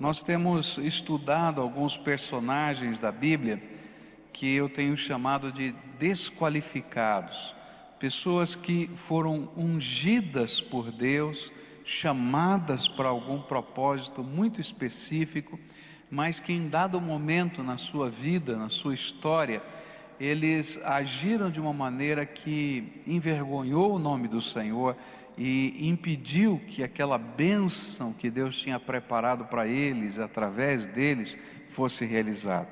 Nós temos estudado alguns personagens da Bíblia que eu tenho chamado de desqualificados, pessoas que foram ungidas por Deus, chamadas para algum propósito muito específico, mas que em dado momento na sua vida, na sua história, eles agiram de uma maneira que envergonhou o nome do Senhor e impediu que aquela bênção que Deus tinha preparado para eles, através deles, fosse realizada.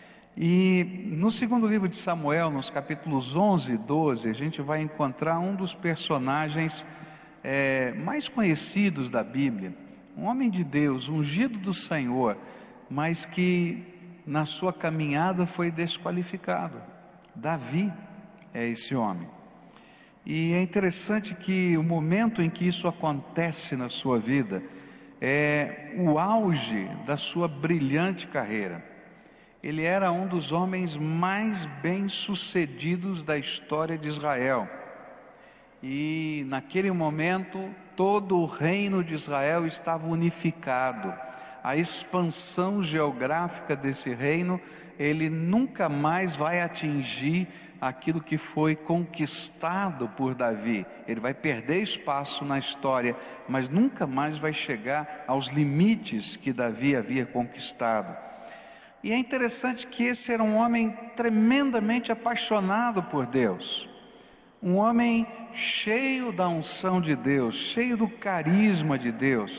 E no segundo livro de Samuel, nos capítulos 11 e 12, a gente vai encontrar um dos personagens mais conhecidos da Bíblia, um homem de Deus, ungido do Senhor, mas que na sua caminhada foi desqualificado. Davi é esse homem. E é interessante que o momento em que isso acontece na sua vida é o auge da sua brilhante carreira. Ele era um dos homens mais bem-sucedidos da história de Israel. E naquele momento todo o reino de Israel estava unificado. A expansão geográfica desse reino, ele nunca mais vai atingir aquilo que foi conquistado por Davi. Ele vai perder espaço na história, mas nunca mais vai chegar aos limites que Davi havia conquistado. E é interessante que esse era um homem tremendamente apaixonado por Deus, um homem cheio da unção de Deus, cheio do carisma de Deus.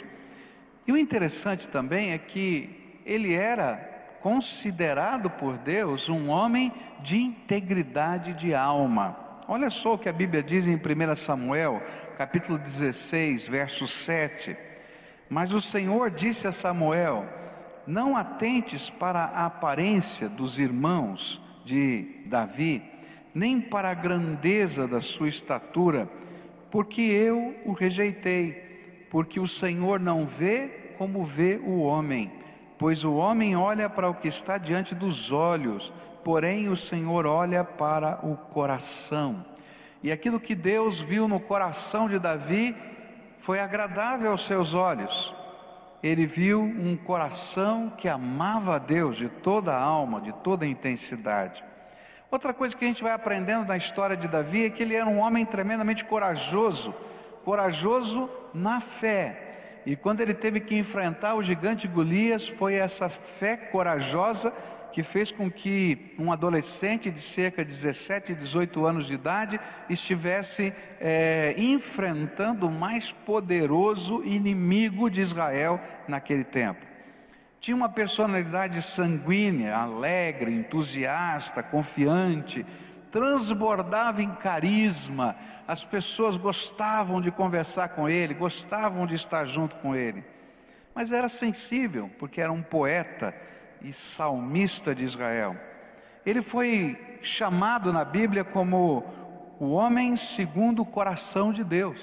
E o interessante também é que ele era considerado por Deus um homem de integridade de alma. Olha só o que a Bíblia diz em 1 Samuel, capítulo 16, verso 7. Mas o Senhor disse a Samuel: não atentes para a aparência dos irmãos de Davi, nem para a grandeza da sua estatura, porque eu o rejeitei, porque o Senhor não vê como vê o homem, pois o homem olha para o que está diante dos olhos, porém o Senhor olha para o coração. E aquilo que Deus viu no coração de Davi foi agradável aos seus olhos. Ele viu um coração que amava a Deus de toda a alma, de toda a intensidade. Outra coisa que a gente vai aprendendo na história de Davi é que ele era um homem tremendamente corajoso, corajoso na fé. E quando ele teve que enfrentar o gigante Golias, foi essa fé corajosa que fez com que um adolescente de cerca de 17, 18 anos de idade estivesse enfrentando o mais poderoso inimigo de Israel naquele tempo. Tinha uma personalidade sanguínea, alegre, entusiasta, confiante, transbordava em carisma. As pessoas gostavam de conversar com ele, gostavam de estar junto com ele. Mas era sensível, porque era um poeta e salmista de Israel. Ele foi chamado na Bíblia como o homem segundo o coração de Deus.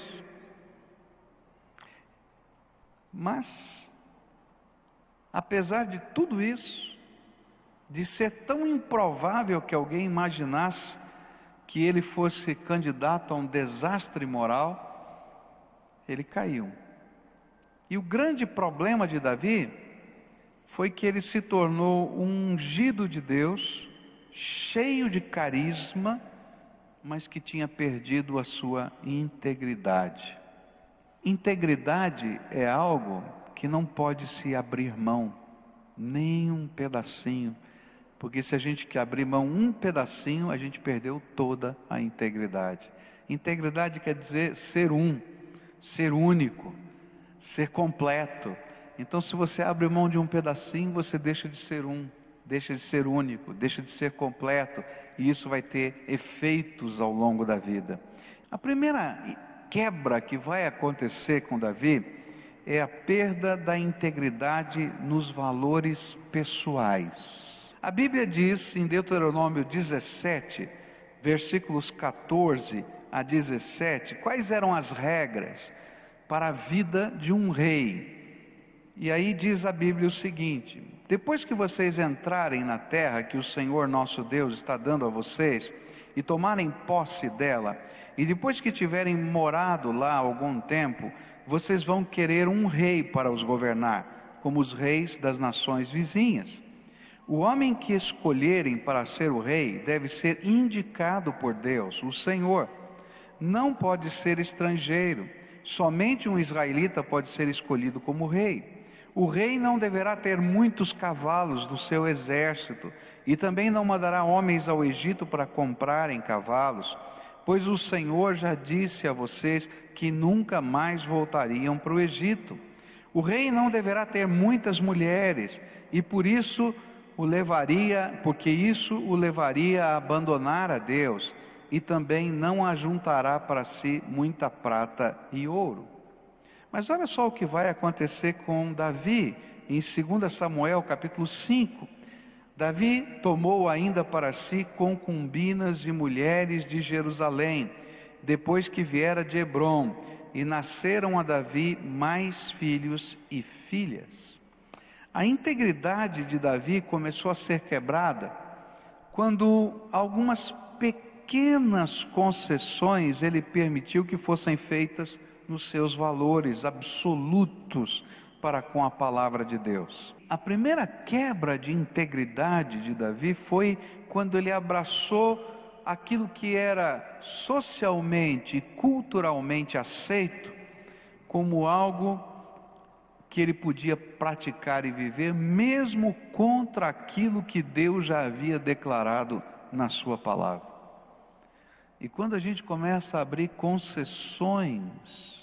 Mas, apesar de tudo isso, de ser tão improvável que alguém imaginasse que ele fosse candidato a um desastre moral, ele caiu. E o grande problema de Davi foi que ele se tornou um ungido de Deus, cheio de carisma, mas que tinha perdido a sua integridade. Integridade é algo que não pode se abrir mão, nem um pedacinho, porque se a gente quer abrir mão um pedacinho, a gente perdeu toda a integridade. Integridade quer dizer ser um, ser único, ser completo. Então, se você abre mão de um pedacinho, você deixa de ser um, deixa de ser único, deixa de ser completo, e isso vai ter efeitos ao longo da vida. A primeira quebra que vai acontecer com Davi é a perda da integridade nos valores pessoais. A Bíblia diz em Deuteronômio 17, versículos 14 a 17, quais eram as regras para a vida de um rei. E aí diz a Bíblia o seguinte: depois que vocês entrarem na terra que o Senhor nosso Deus está dando a vocês, e tomarem posse dela, e depois que tiverem morado lá algum tempo, vocês vão querer um rei para os governar. como os reis das nações vizinhas. O homem que escolherem para ser o rei deve ser indicado por Deus, o Senhor. Não pode ser estrangeiro. Somente um israelita pode ser escolhido como rei. O rei não deverá ter muitos cavalos do seu exército, e também não mandará homens ao Egito para comprarem cavalos, pois o Senhor já disse a vocês que nunca mais voltariam para o Egito. O rei não deverá ter muitas mulheres, e porque isso o levaria a abandonar a Deus, e também não ajuntará para si muita prata e ouro. Mas olha só o que vai acontecer com Davi, em 2 Samuel capítulo 5. Davi tomou ainda para si concubinas e mulheres de Jerusalém, depois que viera de Hebrom, e nasceram a Davi mais filhos e filhas. A integridade de Davi começou a ser quebrada quando algumas pequenas concessões ele permitiu que fossem feitas nos seus valores absolutos para com a palavra de Deus. A primeira quebra de integridade de Davi foi quando ele abraçou aquilo que era socialmente e culturalmente aceito como algo que ele podia praticar e viver, mesmo contra aquilo que Deus já havia declarado na sua palavra. E quando a gente começa a abrir concessões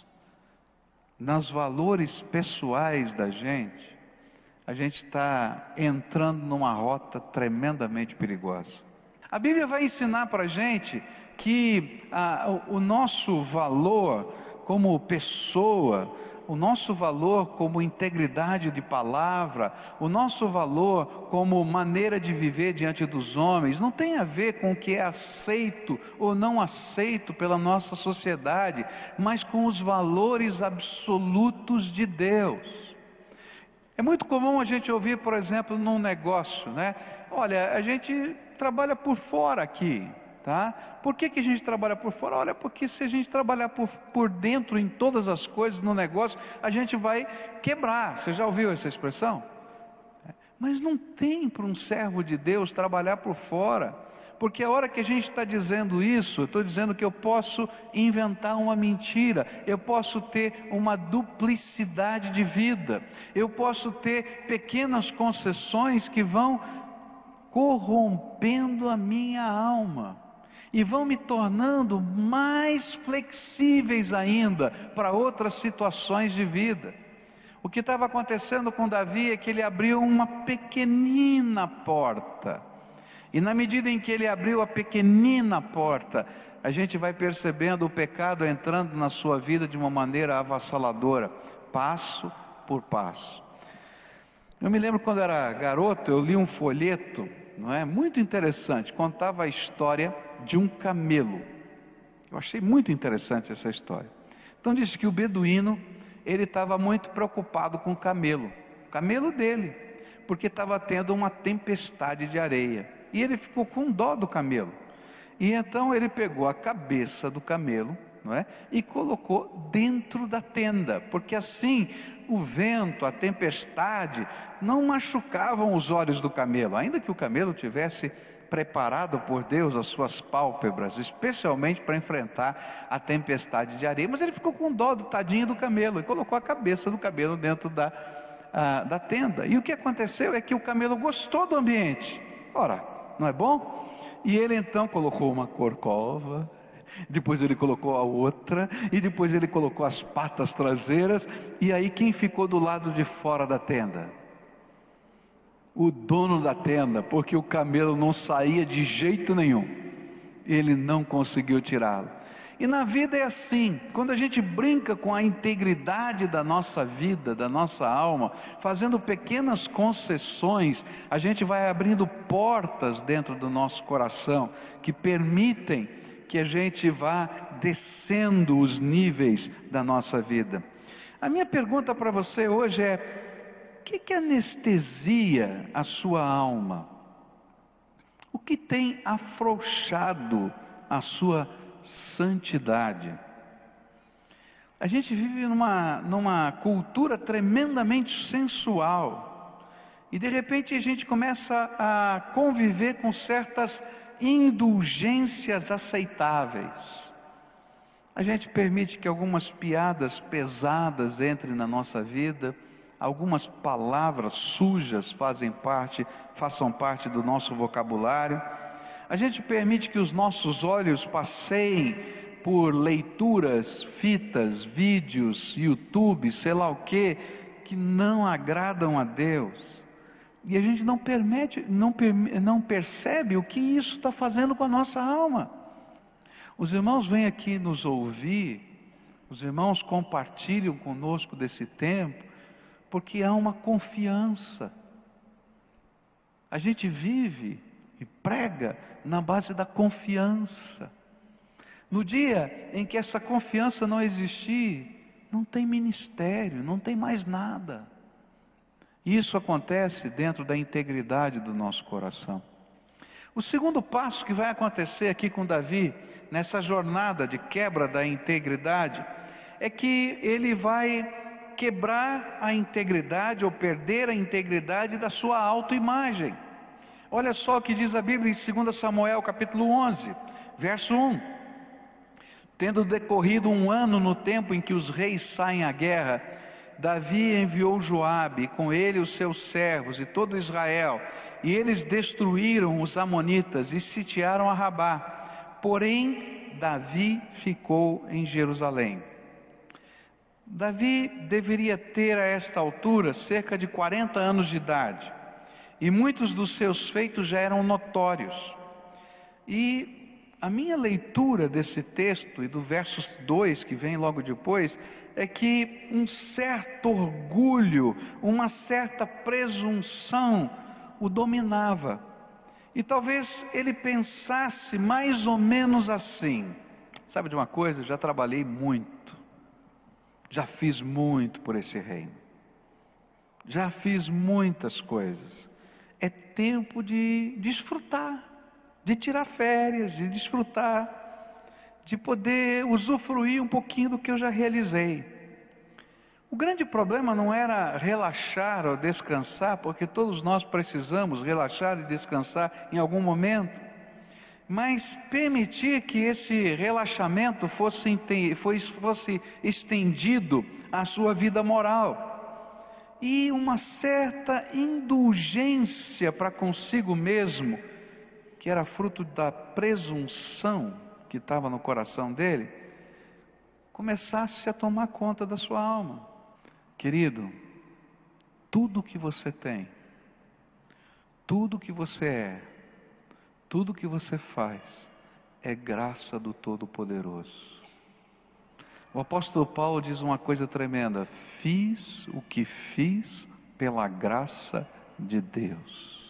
nos valores pessoais da gente, a gente está entrando numa rota tremendamente perigosa. A Bíblia vai ensinar para a gente que o nosso valor como pessoa, o nosso valor como integridade de palavra, o nosso valor como maneira de viver diante dos homens, não tem a ver com o que é aceito ou não aceito pela nossa sociedade, mas com os valores absolutos de Deus. É muito comum a gente ouvir, por exemplo, num negócio, né? Olha, a gente trabalha por fora aqui, tá? Por que a gente trabalha por fora? Olha, porque se a gente trabalhar por dentro em todas as coisas no negócio, a gente vai quebrar. Você já ouviu essa expressão? Mas não tem para um servo de Deus trabalhar por fora, porque a hora que a gente está dizendo isso, eu estou dizendo que eu posso inventar uma mentira, eu posso ter uma duplicidade de vida, eu posso ter pequenas concessões que vão corrompendo a minha alma e vão me tornando mais flexíveis ainda para outras situações de vida. O que estava acontecendo com Davi é que ele abriu uma pequenina porta, e na medida em que ele abriu a pequenina porta, a gente vai percebendo o pecado entrando na sua vida de uma maneira avassaladora, passo por passo. Eu me lembro quando era garoto, eu li um folheto, não é? Muito interessante, contava a história de um camelo. Eu achei muito interessante essa história. Então disse que o beduíno, ele estava muito preocupado com o camelo dele, porque estava tendo uma tempestade de areia, e ele ficou com dó do camelo, e então ele pegou a cabeça do camelo, não é? E colocou dentro da tenda, porque assim o vento, a tempestade não machucavam os olhos do camelo, ainda que o camelo tivesse preparado por Deus as suas pálpebras, especialmente para enfrentar a tempestade de areia, mas ele ficou com dó do tadinho do camelo e colocou a cabeça do camelo dentro da tenda. E o que aconteceu é que o camelo gostou do ambiente. Ora, não é bom? E ele então colocou uma corcova, depois ele colocou a outra, e depois ele colocou as patas traseiras, e aí quem ficou do lado de fora da tenda? O dono da tenda, porque o camelo não saía de jeito nenhum, ele não conseguiu tirá-lo. E na vida é assim, quando a gente brinca com a integridade da nossa vida, da nossa alma, fazendo pequenas concessões, a gente vai abrindo portas dentro do nosso coração, que permitem que a gente vá descendo os níveis da nossa vida. A minha pergunta para você hoje é: o que anestesia a sua alma? O que tem afrouxado a sua santidade? A gente vive numa cultura tremendamente sensual. E de repente a gente começa a conviver com certas indulgências aceitáveis. A gente permite que algumas piadas pesadas entrem na nossa vida, algumas palavras sujas façam parte do nosso vocabulário. A gente permite que os nossos olhos passeiem por leituras, fitas, vídeos, YouTube, sei lá o que não agradam a Deus. E a gente não percebe o que isso está fazendo com a nossa alma. Os irmãos vêm aqui nos ouvir, os irmãos compartilham conosco desse tempo, porque há uma confiança. A gente vive e prega na base da confiança. No dia em que essa confiança não existir, não tem ministério, não tem mais nada. Isso acontece dentro da integridade do nosso coração. O segundo passo que vai acontecer aqui com Davi, nessa jornada de quebra da integridade, é que ele vai quebrar a integridade ou perder a integridade da sua autoimagem. Olha só o que diz a Bíblia em 2 Samuel capítulo 11, verso 1. Tendo decorrido 1 ano no tempo em que os reis saem à guerra, Davi enviou Joabe, e com ele os seus servos e todo Israel, e eles destruíram os amonitas e sitiaram a Rabá. Porém, Davi ficou em Jerusalém. Davi deveria ter a esta altura cerca de 40 anos de idade, e muitos dos seus feitos já eram notórios. E a minha leitura desse texto e do verso 2 que vem logo depois, é que um certo orgulho, uma certa presunção o dominava. E talvez ele pensasse mais ou menos assim: sabe de uma coisa, eu já trabalhei muito, já fiz muito por esse reino, já fiz muitas coisas, é tempo de desfrutar, de tirar férias, de desfrutar, de poder usufruir um pouquinho do que eu já realizei. O grande problema não era relaxar ou descansar, porque todos nós precisamos relaxar e descansar em algum momento, mas permitir que esse relaxamento fosse estendido à sua vida moral, e uma certa indulgência para consigo mesmo, que era fruto da presunção que estava no coração dele, começasse a tomar conta da sua alma. Querido, tudo que você tem, tudo que você é, tudo que você faz, é graça do Todo-Poderoso. O apóstolo Paulo diz uma coisa tremenda: fiz o que fiz pela graça de Deus.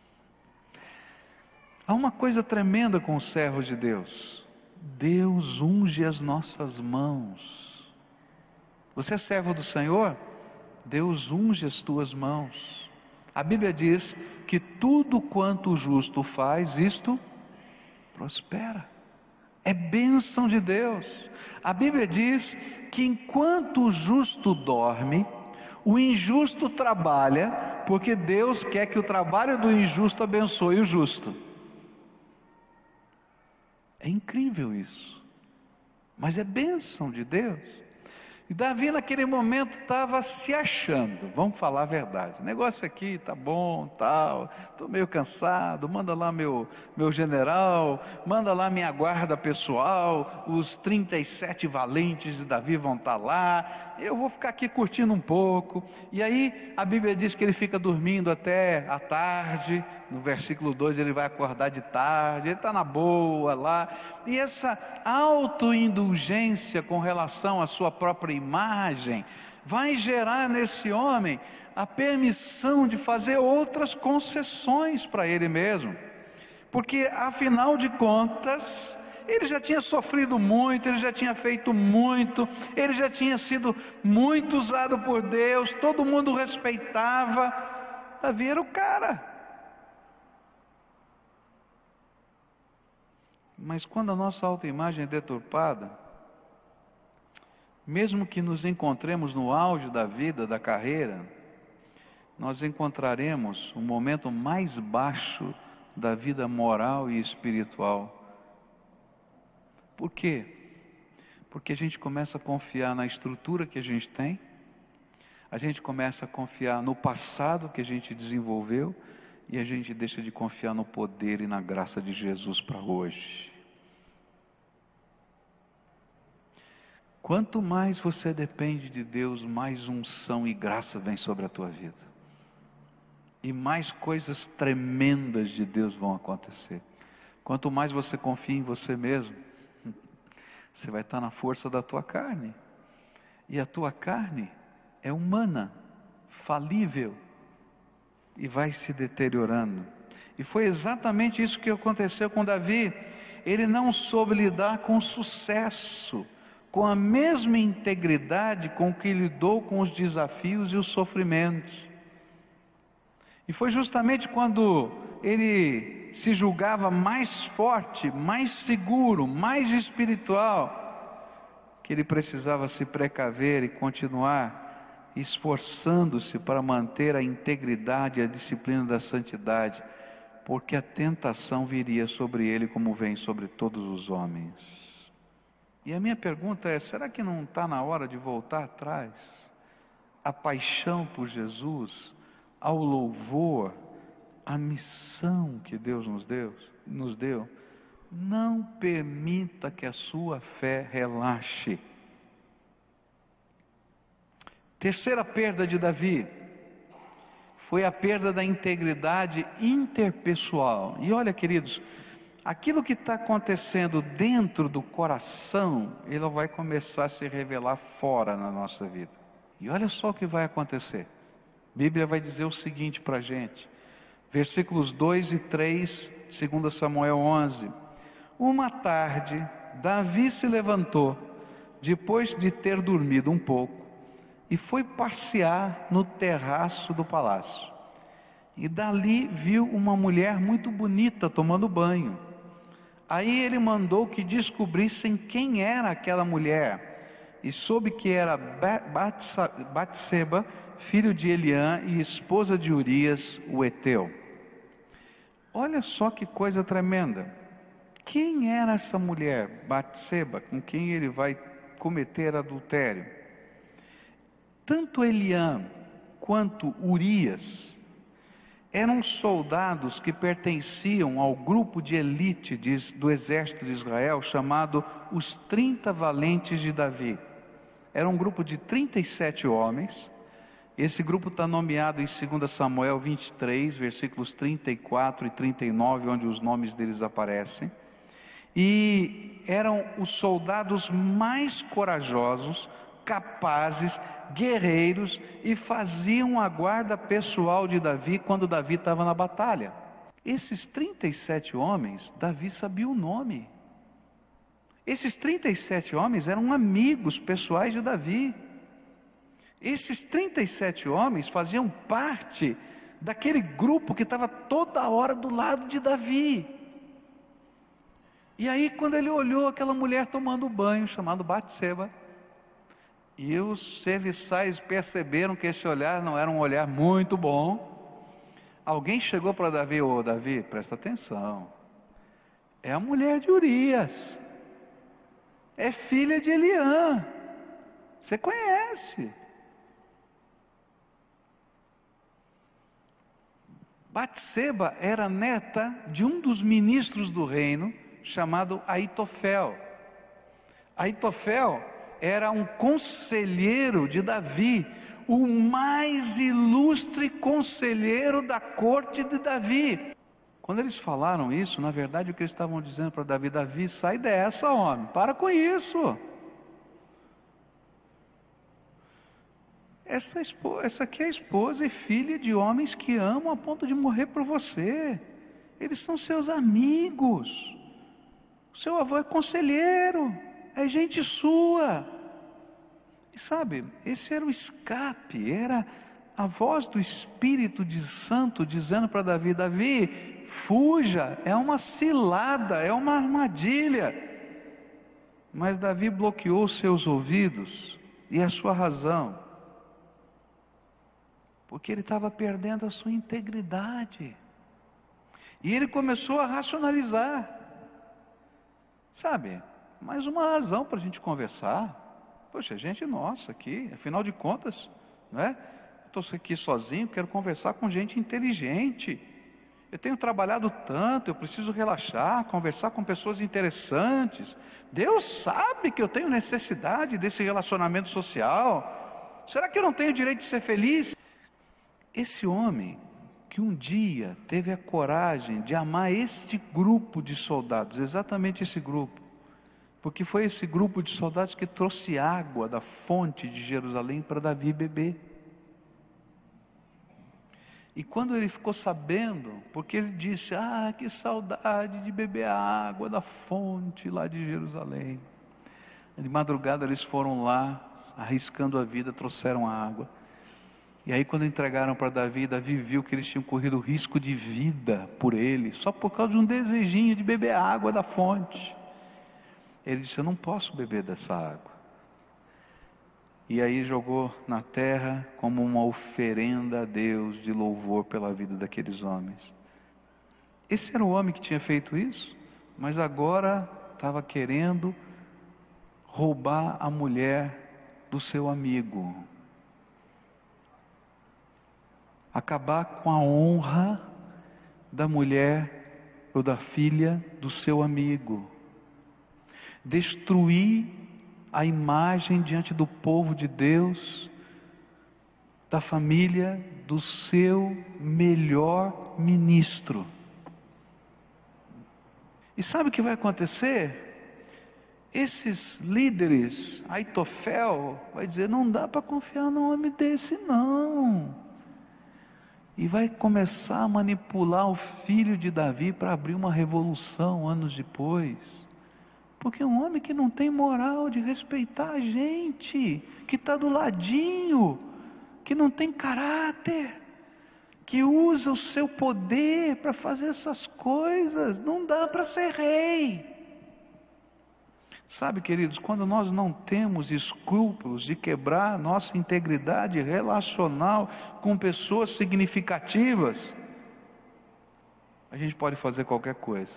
Há uma coisa tremenda com os servos de Deus: Deus unge as nossas mãos. Você é servo do Senhor? Deus unge as tuas mãos. A Bíblia diz que tudo quanto o justo faz, isto prospera. É bênção de Deus. A Bíblia diz que enquanto o justo dorme, o injusto trabalha, porque Deus quer que o trabalho do injusto abençoe o justo. É incrível isso, mas é bênção de Deus. E Davi naquele momento estava se achando, vamos falar a verdade, o negócio aqui tá bom, tal, estou meio cansado, manda lá meu general, manda lá minha guarda pessoal, os 37 valentes de Davi vão estar lá, eu vou ficar aqui curtindo um pouco. E aí a Bíblia diz que ele fica dormindo até a tarde, no versículo 2 ele vai acordar de tarde, ele está na boa lá, e essa autoindulgência com relação à sua própria imagem vai gerar nesse homem a permissão de fazer outras concessões para ele mesmo, porque afinal de contas ele já tinha sofrido muito, ele já tinha feito muito, ele já tinha sido muito usado por Deus, todo mundo respeitava. Davi era o cara. Mas quando a nossa autoimagem é deturpada, Mesmo que nos encontremos no auge da vida, da carreira, nós encontraremos o momento mais baixo da vida moral e espiritual. Por quê? Porque a gente começa a confiar na estrutura que a gente tem, a gente começa a confiar no passado que a gente desenvolveu, e a gente deixa de confiar no poder e na graça de Jesus para hoje. Quanto mais você depende de Deus, mais unção e graça vem sobre a tua vida. E mais coisas tremendas de Deus vão acontecer. Quanto mais você confia em você mesmo, você vai estar na força da tua carne. E a tua carne é humana, falível, e vai se deteriorando. E foi exatamente isso que aconteceu com Davi. Ele não soube lidar com o sucesso, com a mesma integridade com que lidou com os desafios e os sofrimentos. E foi justamente quando ele se julgava mais forte, mais seguro, mais espiritual, que ele precisava se precaver e continuar esforçando-se para manter a integridade e a disciplina da santidade, porque a tentação viria sobre ele como vem sobre todos os homens. E a minha pergunta é: será que não está na hora de voltar atrás? A paixão por Jesus, ao louvor, a missão que Deus nos deu. Não permita que a sua fé relaxe. Terceira perda de Davi foi a perda da integridade interpessoal. E olha, queridos, aquilo que está acontecendo dentro do coração, ele vai começar a se revelar fora na nossa vida. E olha só o que vai acontecer. A Bíblia vai dizer o seguinte para a gente, versículos 2 e 3, 2 Samuel 11. Uma tarde, Davi se levantou, depois de ter dormido um pouco, e foi passear no terraço do palácio. E dali viu uma mulher muito bonita tomando banho. Aí ele mandou que descobrissem quem era aquela mulher, e soube que era Batseba, filho de Eliã e esposa de Urias, o Heteu. Olha só que coisa tremenda. Quem era essa mulher, Batseba, com quem ele vai cometer adultério? Tanto Eliã quanto Urias eram soldados que pertenciam ao grupo de elite do exército de Israel, chamado os 30 valentes de Davi. Era um grupo de 37 homens. Esse grupo está nomeado em 2 Samuel 23, versículos 34 e 39, onde os nomes deles aparecem. E eram os soldados mais corajosos, capazes, guerreiros, e faziam a guarda pessoal de Davi quando Davi estava na batalha. Esses 37 homens, Davi sabia o nome. Esses 37 homens eram amigos pessoais de Davi. Esses 37 homens faziam parte daquele grupo que estava toda hora do lado de Davi. E aí, quando ele olhou aquela mulher tomando banho, chamada Batseba, e os serviçais perceberam que esse olhar não era um olhar muito bom, alguém chegou para Davi: ô Davi, presta atenção, é a mulher de Urias, é filha de Eliã, você conhece. Batseba era neta de um dos ministros do reino, chamado Aitofel. Aitofel era um conselheiro de Davi, o mais ilustre conselheiro da corte de Davi. Quando eles falaram isso, na verdade o que eles estavam dizendo para Davi: Davi, sai dessa, homem, para com isso. Essa aqui é a esposa e filha de homens que amam a ponto de morrer por você. Eles são seus amigos. Seu avô é conselheiro, é gente sua. E sabe, esse era o escape, era a voz do Espírito Santo dizendo para Davi: Davi, fuja, é uma cilada, é uma armadilha. Mas Davi bloqueou seus ouvidos e a sua razão, porque ele estava perdendo a sua integridade. E ele começou a racionalizar. Sabe, mais uma razão para a gente conversar. Poxa, gente nossa aqui, afinal de contas, não é? Estou aqui sozinho, quero conversar com gente inteligente. Eu tenho trabalhado tanto, eu preciso relaxar, conversar com pessoas interessantes. Deus sabe que eu tenho necessidade desse relacionamento social. Será que eu não tenho direito de ser feliz? Esse homem que um dia teve a coragem de amar este grupo de soldados, exatamente esse grupo, porque foi esse grupo de soldados que trouxe água da fonte de Jerusalém para Davi beber. E quando ele ficou sabendo, porque ele disse: ah, que saudade de beber a água da fonte lá de Jerusalém. De madrugada eles foram lá, arriscando a vida, trouxeram a água. E aí quando entregaram para Davi, Davi viu que eles tinham corrido risco de vida por ele, só por causa de um desejinho de beber a água da fonte. Ele disse: eu não posso beber dessa água. E aí jogou na terra como uma oferenda a Deus de louvor pela vida daqueles homens. Esse era o homem que tinha feito isso, mas agora estava querendo roubar a mulher do seu amigo. Acabar com a honra da mulher ou da filha do seu amigo. Destruir a imagem diante do povo de Deus, da família do seu melhor ministro. E sabe o que vai acontecer? Esses líderes, Aitofel, vai dizer: não dá para confiar num homem desse não. E vai começar a manipular o filho de Davi para abrir uma revolução anos depois. Porque é um homem que não tem moral de respeitar a gente, que está do ladinho, que não tem caráter, que usa o seu poder para fazer essas coisas. Não dá para ser rei. Sabe, queridos, quando nós não temos escrúpulos de quebrar nossa integridade relacional com pessoas significativas, a gente pode fazer qualquer coisa.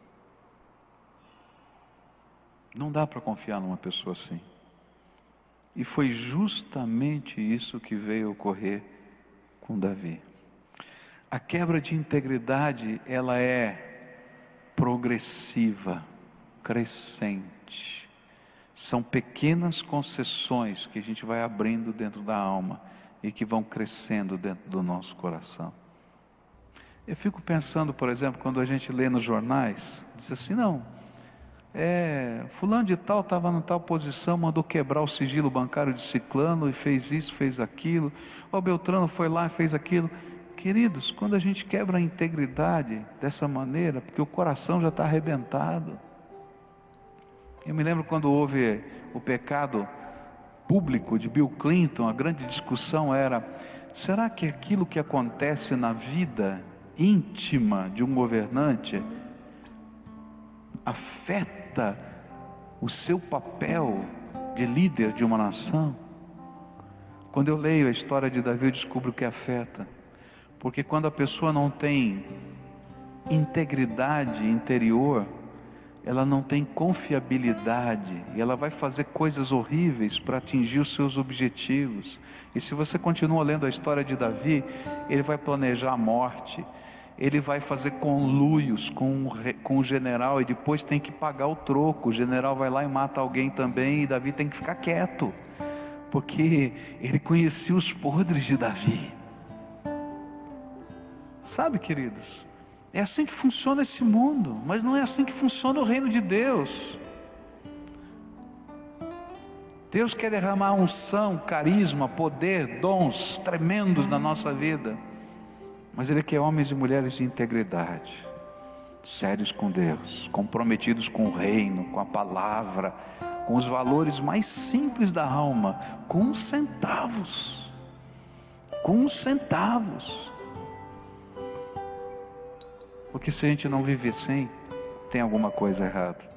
Não dá para confiar numa pessoa assim. E foi justamente isso que veio ocorrer com Davi. A quebra de integridade, ela é progressiva, crescente. São pequenas concessões que a gente vai abrindo dentro da alma e que vão crescendo dentro do nosso coração. Eu fico pensando, por exemplo, quando a gente lê nos jornais, diz assim: não, fulano de tal estava em tal posição, mandou quebrar o sigilo bancário de ciclano e fez isso, fez aquilo. O Beltrano foi lá e fez aquilo. Queridos, quando a gente quebra a integridade dessa maneira, porque o coração já está arrebentado. Eu me lembro quando houve o pecado público de Bill Clinton, a grande discussão era: será que aquilo que acontece na vida íntima de um governante afeta o seu papel de líder de uma nação? Quando eu leio a história de Davi, eu descubro que afeta. Porque quando a pessoa não tem integridade interior, ela não tem confiabilidade, e ela vai fazer coisas horríveis para atingir os seus objetivos. E se você continua lendo a história de Davi, ele vai planejar a morte, ele vai fazer conluios com o general, e depois tem que pagar o troco. O general vai lá e mata alguém também, e Davi tem que ficar quieto, porque ele conhecia os podres de Davi. Sabe, queridos, é assim que funciona esse mundo, mas não é assim que funciona o reino de Deus. Deus quer derramar unção, carisma, poder, dons tremendos na nossa vida, mas Ele quer homens e mulheres de integridade, sérios com Deus, comprometidos com o reino, com a palavra, com os valores mais simples da alma, com os centavos. Porque se a gente não viver sem, tem alguma coisa errada.